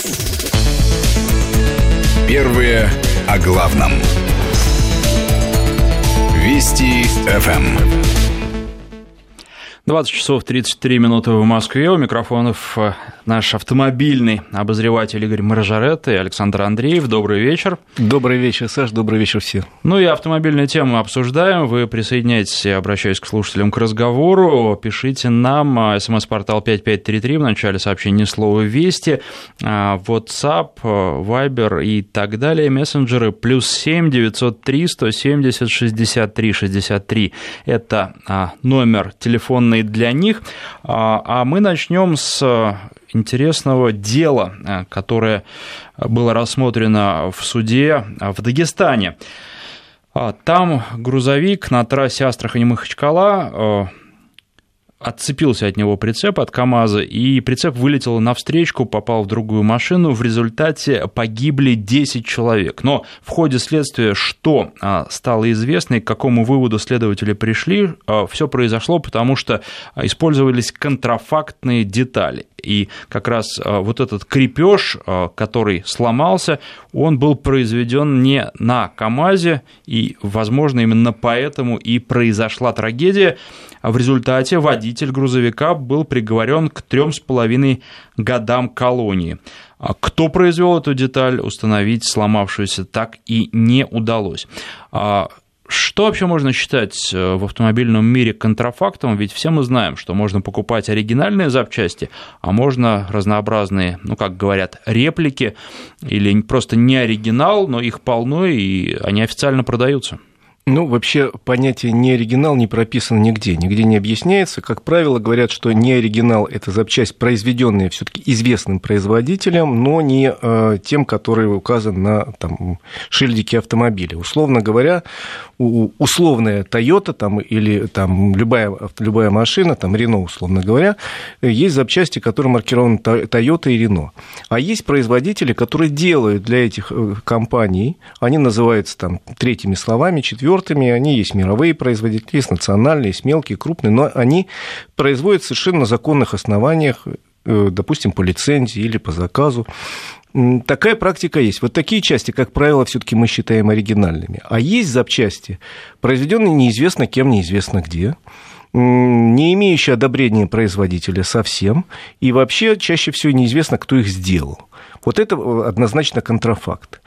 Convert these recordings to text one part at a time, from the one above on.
Первые о главном. Вести ФМ. 20 часов 33 минуты в Москве. У микрофонов наш автомобильный обозреватель Игорь Маржарет и Александр Андреев. Добрый вечер. Добрый вечер, Саш, добрый вечер всем. Ну и автомобильные темы обсуждаем. Вы присоединяйтесь, я обращаюсь к слушателям, к разговору. Пишите нам, смс-портал 5533, в начале сообщения слово «Вести», WhatsApp, Viber и так далее, мессенджеры, +7 903 170 63 63. Это номер телефонный для них. А мы начнем с интересного дела, которое было рассмотрено в суде в Дагестане. Там грузовик на трассе Астрахань-Махачкала, отцепился от него прицеп, от КАМАЗа, и прицеп вылетел навстречу, попал в другую машину. В результате погибли 10 человек. Но в ходе следствия, что стало известно и к какому выводу следователи пришли, все произошло, потому что использовались контрафактные детали. И как раз вот этот крепеж, который сломался, он был произведен не на КАМАЗе, и, возможно, именно поэтому и произошла трагедия. В результате водитель грузовика был приговорен к 3,5 годам колонии. Кто произвел эту деталь, установить сломавшуюся так и не удалось. Что вообще можно считать в автомобильном мире контрафактом? Ведь все мы знаем, что можно покупать оригинальные запчасти, а можно разнообразные, как говорят, реплики, или просто не оригинал, но их полно, и они официально продаются. Вообще понятие «неоригинал» не прописано нигде не объясняется. Как правило, говорят, что неоригинал – это запчасть, произведенная все-таки известным производителем, но не тем, который указан на шильдике автомобиля. Условно говоря, условная Toyota или любая машина, Renault, условно говоря, есть запчасти, которые маркированы Toyota и Renault. А есть производители, которые делают для этих компаний, они называются третьими словами, четвертыми, они есть мировые производители, есть национальные, есть мелкие, крупные, но они производят совершенно на законных основаниях, допустим, по лицензии или по заказу. Такая практика есть. Вот такие части, как правило, все-таки мы считаем оригинальными. А есть запчасти, произведенные неизвестно кем, неизвестно где, не имеющие одобрения производителя совсем, и вообще чаще всего неизвестно, кто их сделал. Вот это однозначно контрафакт.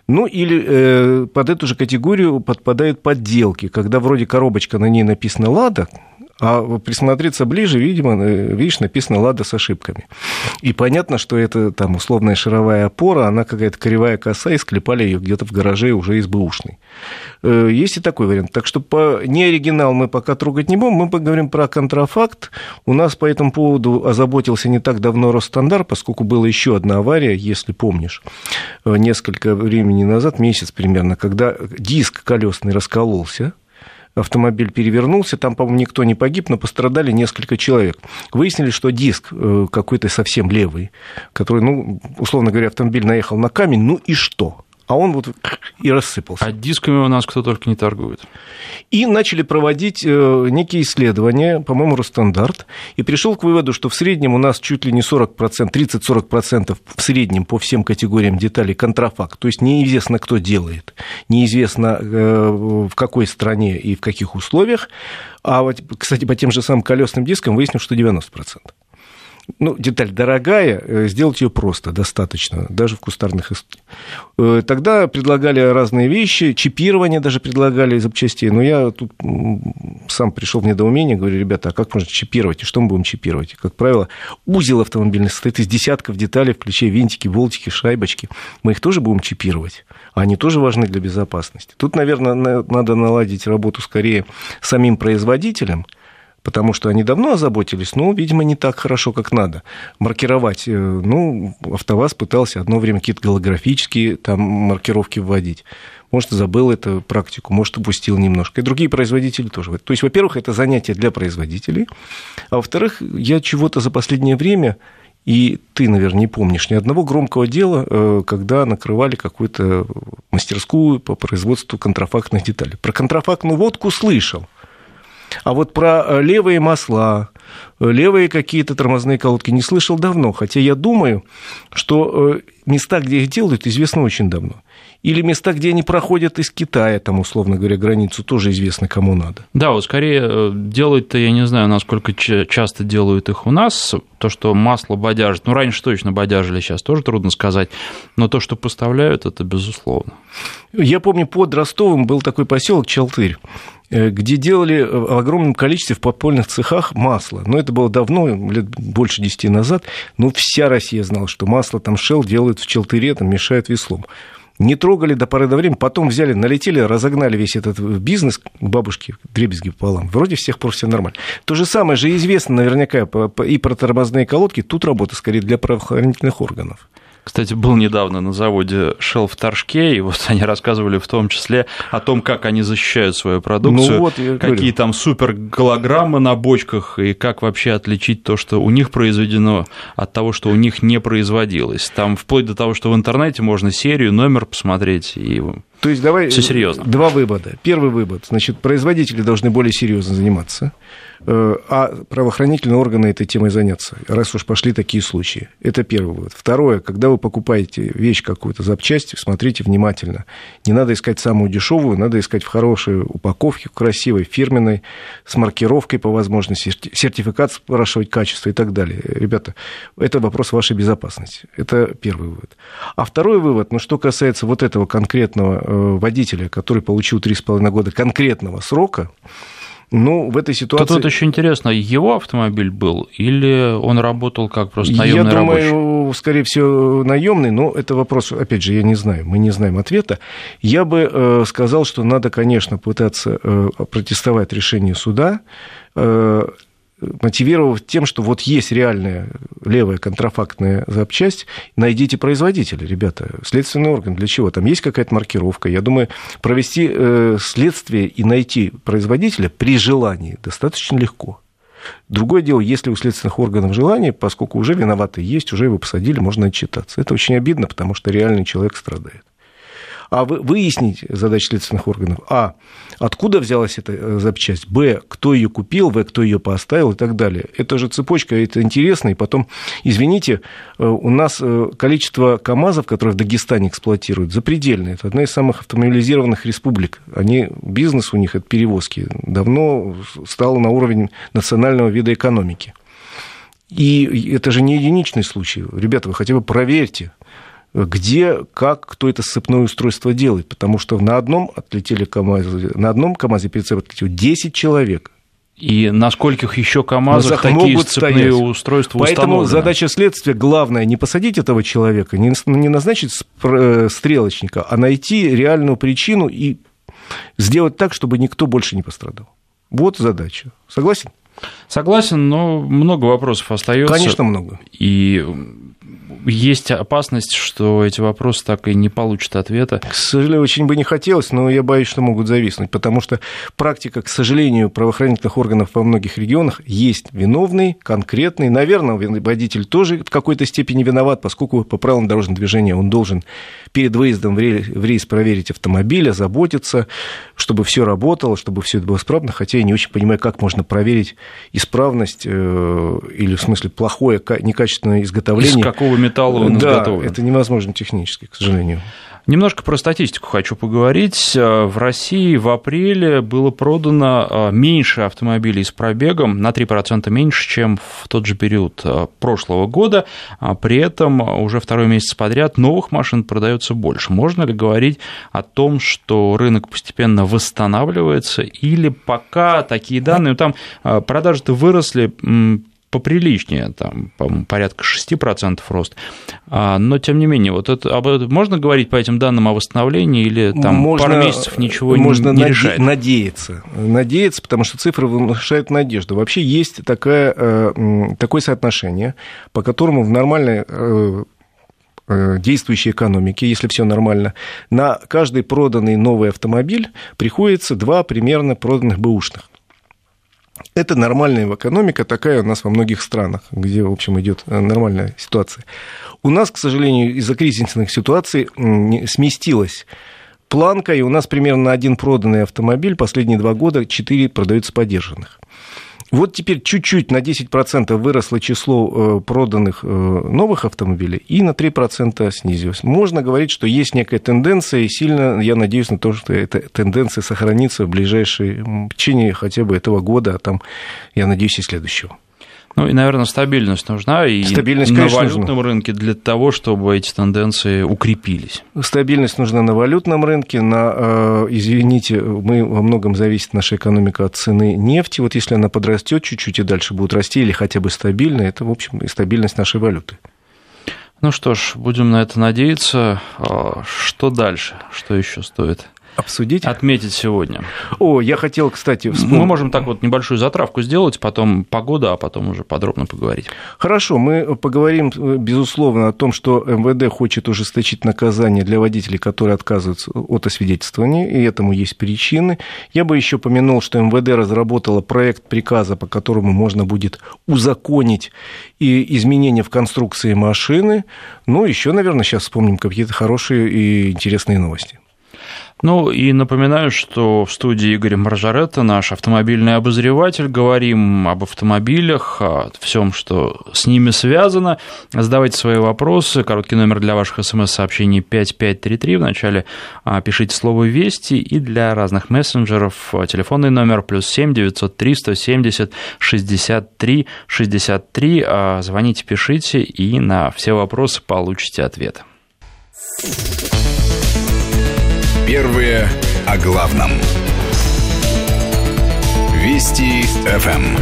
Или под эту же категорию подпадают подделки, когда вроде коробочка, на ней написано «Лада», а присмотреться ближе, видишь, написано «Лада» с ошибками. И понятно, что это условная шаровая опора, она какая-то кривая коса, и склепали ее где-то в гараже уже из бэушной. Есть и такой вариант. Так что не оригинал мы пока трогать не будем, мы поговорим про контрафакт. У нас по этому поводу озаботился не так давно Росстандарт, поскольку была еще одна авария, если помнишь, несколько времени назад, месяц примерно, когда диск колесный раскололся, автомобиль перевернулся, там, по-моему, никто не погиб, но пострадали несколько человек. Выяснили, что диск какой-то совсем левый, который, условно говоря, автомобиль наехал на камень, и что? А он и рассыпался. А дисками у нас кто только не торгует. И начали проводить некие исследования, по-моему, Росстандарт, и пришел к выводу, что в среднем у нас чуть ли не 40%, 30-40% в среднем по всем категориям деталей контрафакт. То есть неизвестно, кто делает, неизвестно в какой стране и в каких условиях. А кстати, по тем же самым колесным дискам выяснилось, что 90%. Деталь дорогая, сделать ее просто, достаточно, даже в кустарных историях. Тогда предлагали разные вещи, чипирование даже предлагали запчастей, но я тут сам пришел в недоумение, говорю: ребята, а как можно чипировать, и что мы будем чипировать? Как правило, узел автомобильный состоит из десятков деталей, включая винтики, болтики, шайбочки. Мы их тоже будем чипировать, а они тоже важны для безопасности. Тут, наверное, надо наладить работу скорее самим производителем, потому что они давно озаботились, но, видимо, не так хорошо, как надо. Маркировать, АвтоВАЗ пытался одно время какие-то голографические маркировки вводить. Может, забыл эту практику, может, упустил немножко. И другие производители тоже. То есть, во-первых, это занятие для производителей, а во-вторых, я чего-то за последнее время, и ты, наверное, не помнишь ни одного громкого дела, когда накрывали какую-то мастерскую по производству контрафактных деталей. Про контрафактную водку слышал. А вот про левые масла, левые какие-то тормозные колодки не слышал давно. Хотя я думаю, что места, где их делают, известны очень давно. Или места, где они проходят из Китая, там, условно говоря, границу, тоже известно, кому надо. Да, вот скорее делают-то, я не знаю, насколько часто делают их у нас, то, что масло бодяжит, раньше точно бодяжили, сейчас тоже трудно сказать, но то, что поставляют, это безусловно. Я помню, под Ростовом был такой поселок Чалтырь, где делали в огромном количестве в подпольных цехах масло. Но это было давно, лет больше 10 назад, но вся Россия знала, что масло там Shell делают в Чалтыре, там мешают веслом. Не трогали до поры до времени, потом взяли, налетели, разогнали весь этот бизнес, бабушки дребезги пополам. Вроде с тех пор все нормально. То же самое же известно наверняка и про тормозные колодки. Тут работа скорее для правоохранительных органов. Кстати, был недавно на заводе Shell в Торжке, и вот они рассказывали в том числе о том, как они защищают свою продукцию, какие там суперголограммы на бочках, и как вообще отличить то, что у них произведено, от того, что у них не производилось. Там вплоть до того, что в интернете можно серию, номер посмотреть, и то есть давай все серьезно. Два вывода. Первый вывод, значит, производители должны более серьезно заниматься, а правоохранительные органы этой темой заняться, раз уж пошли такие случаи. Это первый вывод. Второе, когда вы покупаете вещь какую-то, запчасть, смотрите внимательно. Не надо искать самую дешевую, надо искать в хорошей упаковке, красивой, фирменной, с маркировкой по возможности, сертификат спрашивать, качество и так далее. Ребята, это вопрос вашей безопасности. Это первый вывод. А второй вывод, что касается вот этого конкретного водителя, который получил 3,5 года конкретного срока, в этой ситуации... Тут вот еще интересно, его автомобиль был или он работал как просто наемный рабочий? Я думаю, скорее всего, наемный, но это вопрос, опять же, я не знаю, мы не знаем ответа. Я бы сказал, что надо, конечно, пытаться протестовать решение суда, мотивировав тем, что вот есть реальная левая контрафактная запчасть, найдите производителя, ребята, следственный орган, для чего? Там есть какая-то маркировка. Я думаю, провести следствие и найти производителя при желании достаточно легко. Другое дело, если у следственных органов желание, поскольку уже виноватый есть, уже его посадили, можно отчитаться. Это очень обидно, потому что реальный человек страдает. А выяснить задачу следственных органов: а, откуда взялась эта запчасть, б, кто ее купил, в, кто ее поставил и так далее. Это же цепочка, это интересно. И потом, извините, у нас количество КАМАЗов, которые в Дагестане эксплуатируют, запредельное. Это одна из самых автомобилизированных республик. Бизнес у них, это перевозки, давно стал на уровень национального вида экономики. И это же не единичный случай. Ребята, вы хотя бы проверьте, где, как, кто это сцепное устройство делает. Потому что на одном КАМАЗе прицеп отлетело 10 человек. И на скольких еще КАМАЗах такие сцепные устройства установлены? Поэтому задача следствия главная не посадить этого человека, не назначить стрелочника, а найти реальную причину и сделать так, чтобы никто больше не пострадал. Вот задача. Согласен? Согласен, но много вопросов остается. Конечно, много. И есть опасность, что эти вопросы так и не получат ответа. К сожалению, очень бы не хотелось, но я боюсь, что могут зависнуть, потому что практика, к сожалению, правоохранительных органов во многих регионах есть виновный, конкретный. Наверное, водитель тоже в какой-то степени виноват, поскольку по правилам дорожного движения он должен перед выездом в рейс проверить автомобиль, озаботиться, чтобы все работало, чтобы все это было исправно, хотя я не очень понимаю, как можно проверить исправность или, в смысле, плохое, некачественное изготовление. Из какого металла он изготовлен? Да, это невозможно технически, к сожалению. Немножко про статистику хочу поговорить. В России в апреле было продано меньше автомобилей с пробегом, на 3% меньше, чем в тот же период прошлого года. При этом уже второй месяц подряд новых машин продается больше. Можно ли говорить о том, что рынок постепенно восстанавливается, или пока такие данные, там продажи-то выросли поприличнее, там, по-моему, порядка 6% рост, но, тем не менее, вот это, можно говорить по этим данным о восстановлении, или там пару месяцев ничего не решает? Можно надеяться, потому что цифры внушают надежду. Вообще есть такое соотношение, по которому в нормальной действующей экономике, если все нормально, на каждый проданный новый автомобиль приходится 2 примерно проданных бэушных. Это нормальная экономика, такая у нас во многих странах, где, в общем, идет нормальная ситуация. У нас, к сожалению, из-за кризисных ситуаций сместилась планка, и у нас примерно на один проданный автомобиль последние 2 года 4 продаются подержанных. Вот теперь чуть-чуть на 10% выросло число проданных новых автомобилей и на 3% снизилось. Можно говорить, что есть некая тенденция, и сильно я надеюсь на то, что эта тенденция сохранится в ближайшие течение хотя бы этого года, а там, я надеюсь, и следующего. Ну и, наверное, стабильность нужна и стабильность, на конечно, валютном нужна. рынке для того, чтобы эти тенденции укрепились. Стабильность нужна на валютном рынке, извините, мы во многом зависит наша экономика от цены нефти. Вот если она подрастет чуть-чуть и дальше будет расти или хотя бы стабильно, это, в общем, и стабильность нашей валюты. Ну что ж, будем на это надеяться. Что дальше? Что еще стоит обсудить? Отметить сегодня. Я хотел, кстати, вспомнить. Мы можем так вот небольшую затравку сделать, потом погода, а потом уже подробно поговорить. Хорошо, мы поговорим, безусловно, о том, что МВД хочет ужесточить наказание для водителей, которые отказываются от освидетельствования, и этому есть причины. Я бы еще помянул, что МВД разработало проект приказа, по которому можно будет узаконить и изменения в конструкции машины. Ну, еще, наверное, сейчас вспомним какие-то хорошие и интересные новости. Ну и напоминаю, что в студии Игорь Маржаретта, наш автомобильный обозреватель. Говорим об автомобилях, о всем, что с ними связано. Задавайте свои вопросы. Короткий номер для ваших смс-сообщений 5533. Вначале пишите слово «Вести». И для разных мессенджеров телефонный номер +7 903 170 63 63. Звоните, пишите, и на все вопросы получите ответ. Первые о главном. Вести ФМ.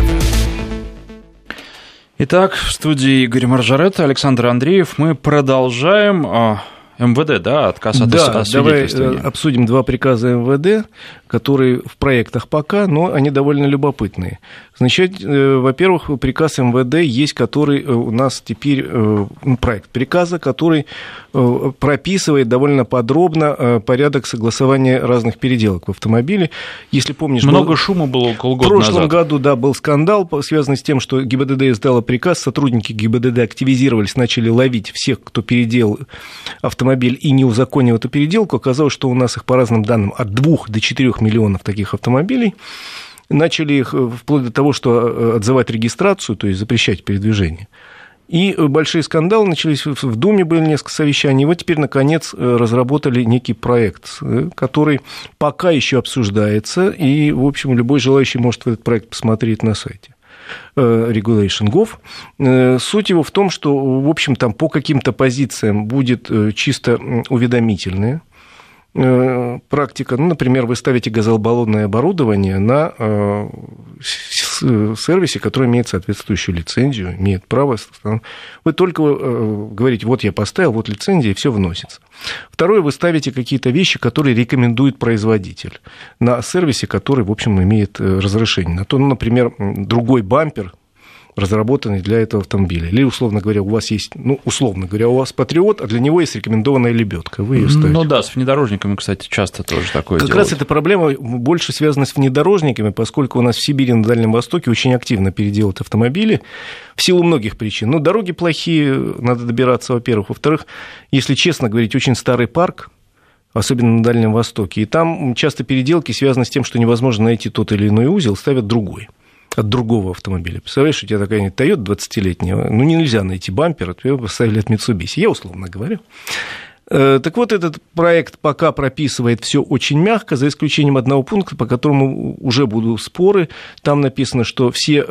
Итак, в студии Игорь Маржаретта, Александр Андреев. Мы продолжаем. МВД, да, отказ от освидетельствования. Давай обсудим два приказа МВД, которые в проектах пока, но они довольно любопытные. Значит, во-первых, приказ МВД есть, который у нас теперь, проект приказа, который прописывает довольно подробно порядок согласования разных переделок в автомобиле. Если помнишь, много шума было около года назад. В прошлом году, да, был скандал, связанный с тем, что ГИБДД издала приказ, сотрудники ГИБДД активизировались, начали ловить всех, кто переделал автомобиль и не узаконил эту переделку. Оказалось, что у нас их, по разным данным, от 2 до 4 миллионов таких автомобилей. Начали их вплоть до того, что отзывать регистрацию, то есть запрещать передвижение. И большие скандалы начались, в Думе были несколько совещаний, и вот теперь, наконец, разработали некий проект, который пока еще обсуждается, и, в общем, любой желающий может этот проект посмотреть на сайте Regulation.gov. Суть его в том, что, в общем, там по каким-то позициям будет чисто уведомительная практика. Ну, например, вы ставите газобаллонное оборудование на сервисе, который имеет соответствующую лицензию, имеет право. Вы только говорите, вот я поставил, вот лицензия, и все вносится. Второе, вы ставите какие-то вещи, которые рекомендует производитель на сервисе, который, в общем, имеет разрешение. На то, например, другой бампер, разработанный для этого автомобиля. Или, условно говоря, у вас есть, у вас Патриот, а для него есть рекомендованная лебедка. Вы ее ставите. Ну да, с внедорожниками, кстати, часто тоже такое делают. Как раз эта проблема больше связана с внедорожниками, поскольку у нас в Сибири, на Дальнем Востоке очень активно переделывают автомобили в силу многих причин. Ну, дороги плохие, надо добираться, во-первых. Во-вторых, если честно говорить, очень старый парк, особенно на Дальнем Востоке, и там часто переделки связаны с тем, что невозможно найти тот или иной узел, ставят другой. От другого автомобиля. Представляешь, у тебя такая Toyota 20-летняя, нельзя найти бампер, а тебе поставили от Mitsubishi. Я условно говорю. Так вот, этот проект пока прописывает все очень мягко, за исключением одного пункта, по которому уже будут споры. Там написано, что все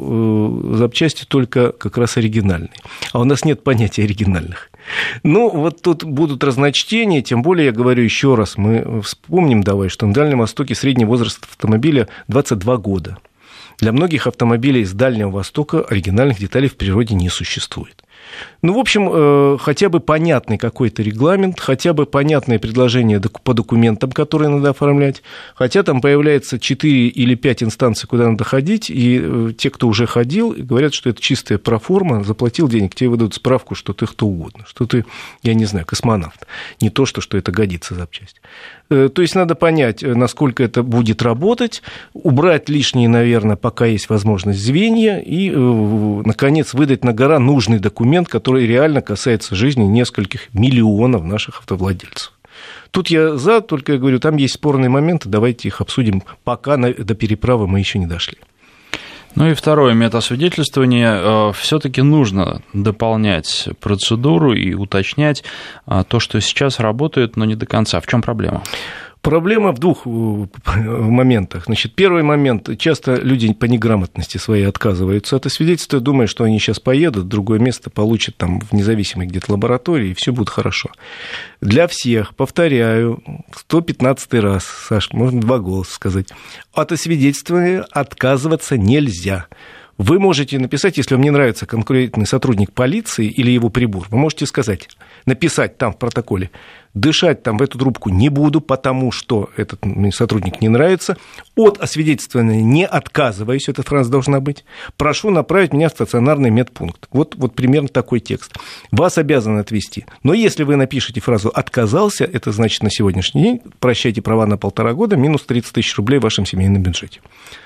запчасти только как раз оригинальные. А у нас нет понятия оригинальных. Ну, вот тут будут разночтения, тем более, я говорю еще раз, мы вспомним давай, что на Дальнем Востоке средний возраст автомобиля 22 года. Для многих автомобилей с Дальнего Востока оригинальных деталей в природе не существует. Ну, в общем, хотя бы понятный какой-то регламент, хотя бы понятное предложение по документам, которые надо оформлять, хотя там появляется 4 или 5 инстанций, куда надо ходить, и те, кто уже ходил, говорят, что это чистая проформа, заплатил денег, тебе выдают справку, что ты кто угодно, что ты, я не знаю, космонавт, не то, что это годится запчасть. То есть надо понять, насколько это будет работать, убрать лишние, наверное, пока есть возможность, звенья, и, наконец, выдать на гора нужный документ, который реально касается жизни нескольких миллионов наших автовладельцев. Тут я за, только я говорю, там есть спорные моменты, давайте их обсудим, пока до переправы мы еще не дошли. Ну и второе, метасвидетельствование. Все-таки нужно дополнять процедуру и уточнять то, что сейчас работает, но не до конца. В чем проблема? Проблема в двух моментах. Значит, первый момент. Часто люди по неграмотности своей отказываются от свидетельства, думая, что они сейчас поедут, в другое место получат там в независимой где-то лаборатории, и все будет хорошо. Для всех, повторяю, 115 раз, Саш, можно 2 голоса сказать, от освидетельствования отказываться нельзя. Вы можете написать, если вам не нравится конкретный сотрудник полиции или его прибор, вы можете сказать, написать там в протоколе, дышать там в эту трубку не буду, потому что этот сотрудник не нравится, от освидетельствования не отказываюсь, эта фраза должна быть, прошу направить меня в стационарный медпункт. Вот примерно такой текст. Вас обязаны отвезти. Но если вы напишете фразу «отказался», это значит на сегодняшний день прощайте права на 1,5 года, минус 30 тысяч рублей в вашем семейном бюджете.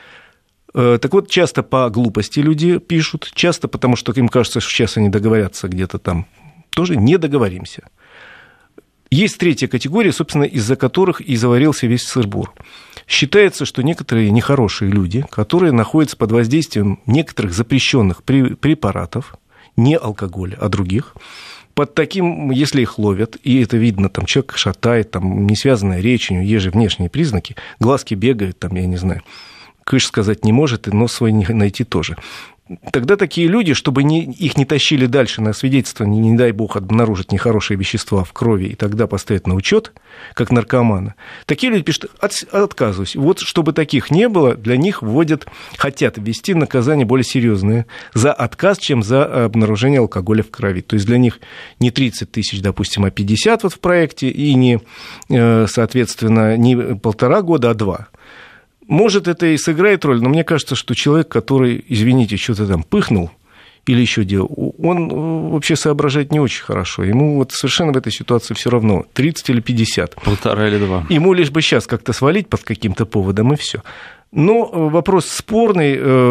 Так вот, часто по глупости люди пишут, часто потому, что им кажется, что сейчас они договорятся где-то там, тоже не договоримся. Есть третья категория, собственно, из-за которых и заварился весь сыр-бор. Считается, что некоторые нехорошие люди, которые находятся под воздействием некоторых запрещенных препаратов, не алкоголя, а других, под таким, если их ловят, и это видно, там человек шатает, там несвязанная речь, у него есть же внешние признаки, глазки бегают, там, я не знаю, кыш сказать не может, и нос свой найти тоже. Тогда такие люди, чтобы их не тащили дальше на свидетельствование, не дай бог обнаружат нехорошие вещества в крови, и тогда поставят на учет, как наркомана, такие люди пишут, отказываюсь. Вот чтобы таких не было, для них хотят ввести наказание более серьезное за отказ, чем за обнаружение алкоголя в крови. То есть для них не 30 тысяч, допустим, а 50 вот в проекте, и не, соответственно, не 1,5 года, а 2. Может, это и сыграет роль, но мне кажется, что человек, который, извините, что-то там пыхнул или еще делал, он вообще соображает не очень хорошо. Ему вот совершенно в этой ситуации все равно, 30 или 50. 1,5 или 2. Ему лишь бы сейчас как-то свалить под каким-то поводом, и все. Но вопрос спорный,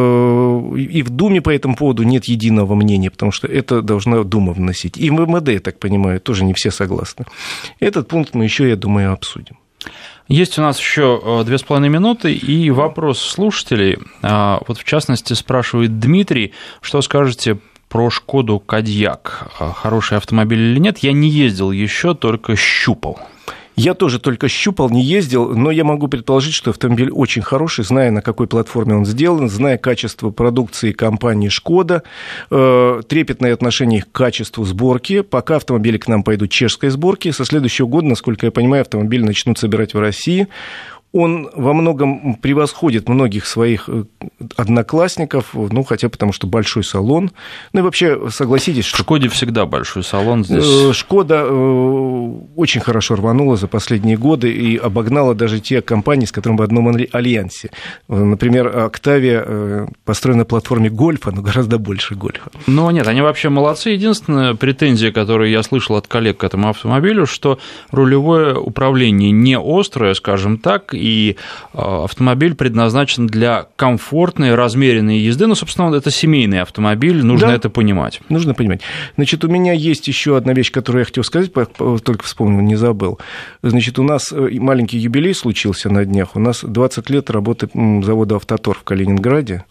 и в Думе по этому поводу нет единого мнения, потому что это должна Дума вносить. И в МВД, я так понимаю, тоже не все согласны. Этот пункт мы еще, я думаю, обсудим. Есть у нас еще 2,5 минуты, и вопрос слушателей. Вот в частности спрашивает Дмитрий, что скажете про Шкоду Кодиак? Хороший автомобиль или нет? Я не ездил еще, только щупал. Я тоже только щупал, не ездил, но я могу предположить, что автомобиль очень хороший, зная, на какой платформе он сделан, зная качество продукции компании «Шкода», трепетное отношение к качеству сборки. Пока автомобили к нам пойдут чешской сборки, со следующего года, насколько я понимаю, автомобили начнут собирать в России. Он во многом превосходит многих своих одноклассников, ну, хотя потому что большой салон. Ну, и вообще, согласитесь, что... В «Шкоде» всегда большой салон здесь. «Шкода» очень хорошо рванула за последние годы и обогнала даже те компании, с которыми в одном альянсе. Например, «Октавия» построена на платформе «Гольфа», но гораздо больше «Гольфа». Ну, нет, они вообще молодцы. Единственная претензия, которую я слышал от коллег к этому автомобилю, что рулевое управление не острое, скажем так, и автомобиль предназначен для комфортной, размеренной езды. Ну, собственно, это семейный автомобиль, нужно это понимать. Нужно понимать. Значит, у меня есть еще одна вещь, которую я хотел сказать, только вспомнил, не забыл. Значит, у нас маленький юбилей случился на днях. У нас 20 лет работы завода «Автотор» в Калининграде.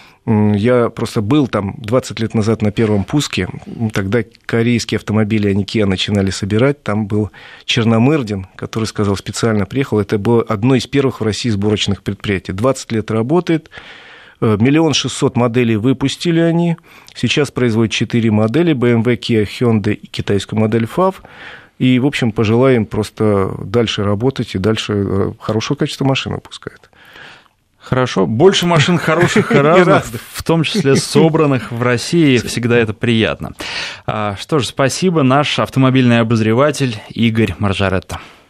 Я просто был там 20 лет назад на первом пуске, тогда корейские автомобили, они Kia начинали собирать, там был Черномырдин, который сказал, специально приехал, это было одно из первых в России сборочных предприятий. 20 лет работает, 1 600 000 моделей выпустили они, сейчас производят 4 модели, BMW, Kia, Hyundai и китайскую модель FAV. И, в общем, пожелаем просто дальше работать и дальше хорошего качества машин выпускают. Хорошо. Больше машин хороших и разных, в том числе собранных в России, всегда это приятно. Что ж, спасибо. Наш автомобильный обозреватель Игорь Маржаретто.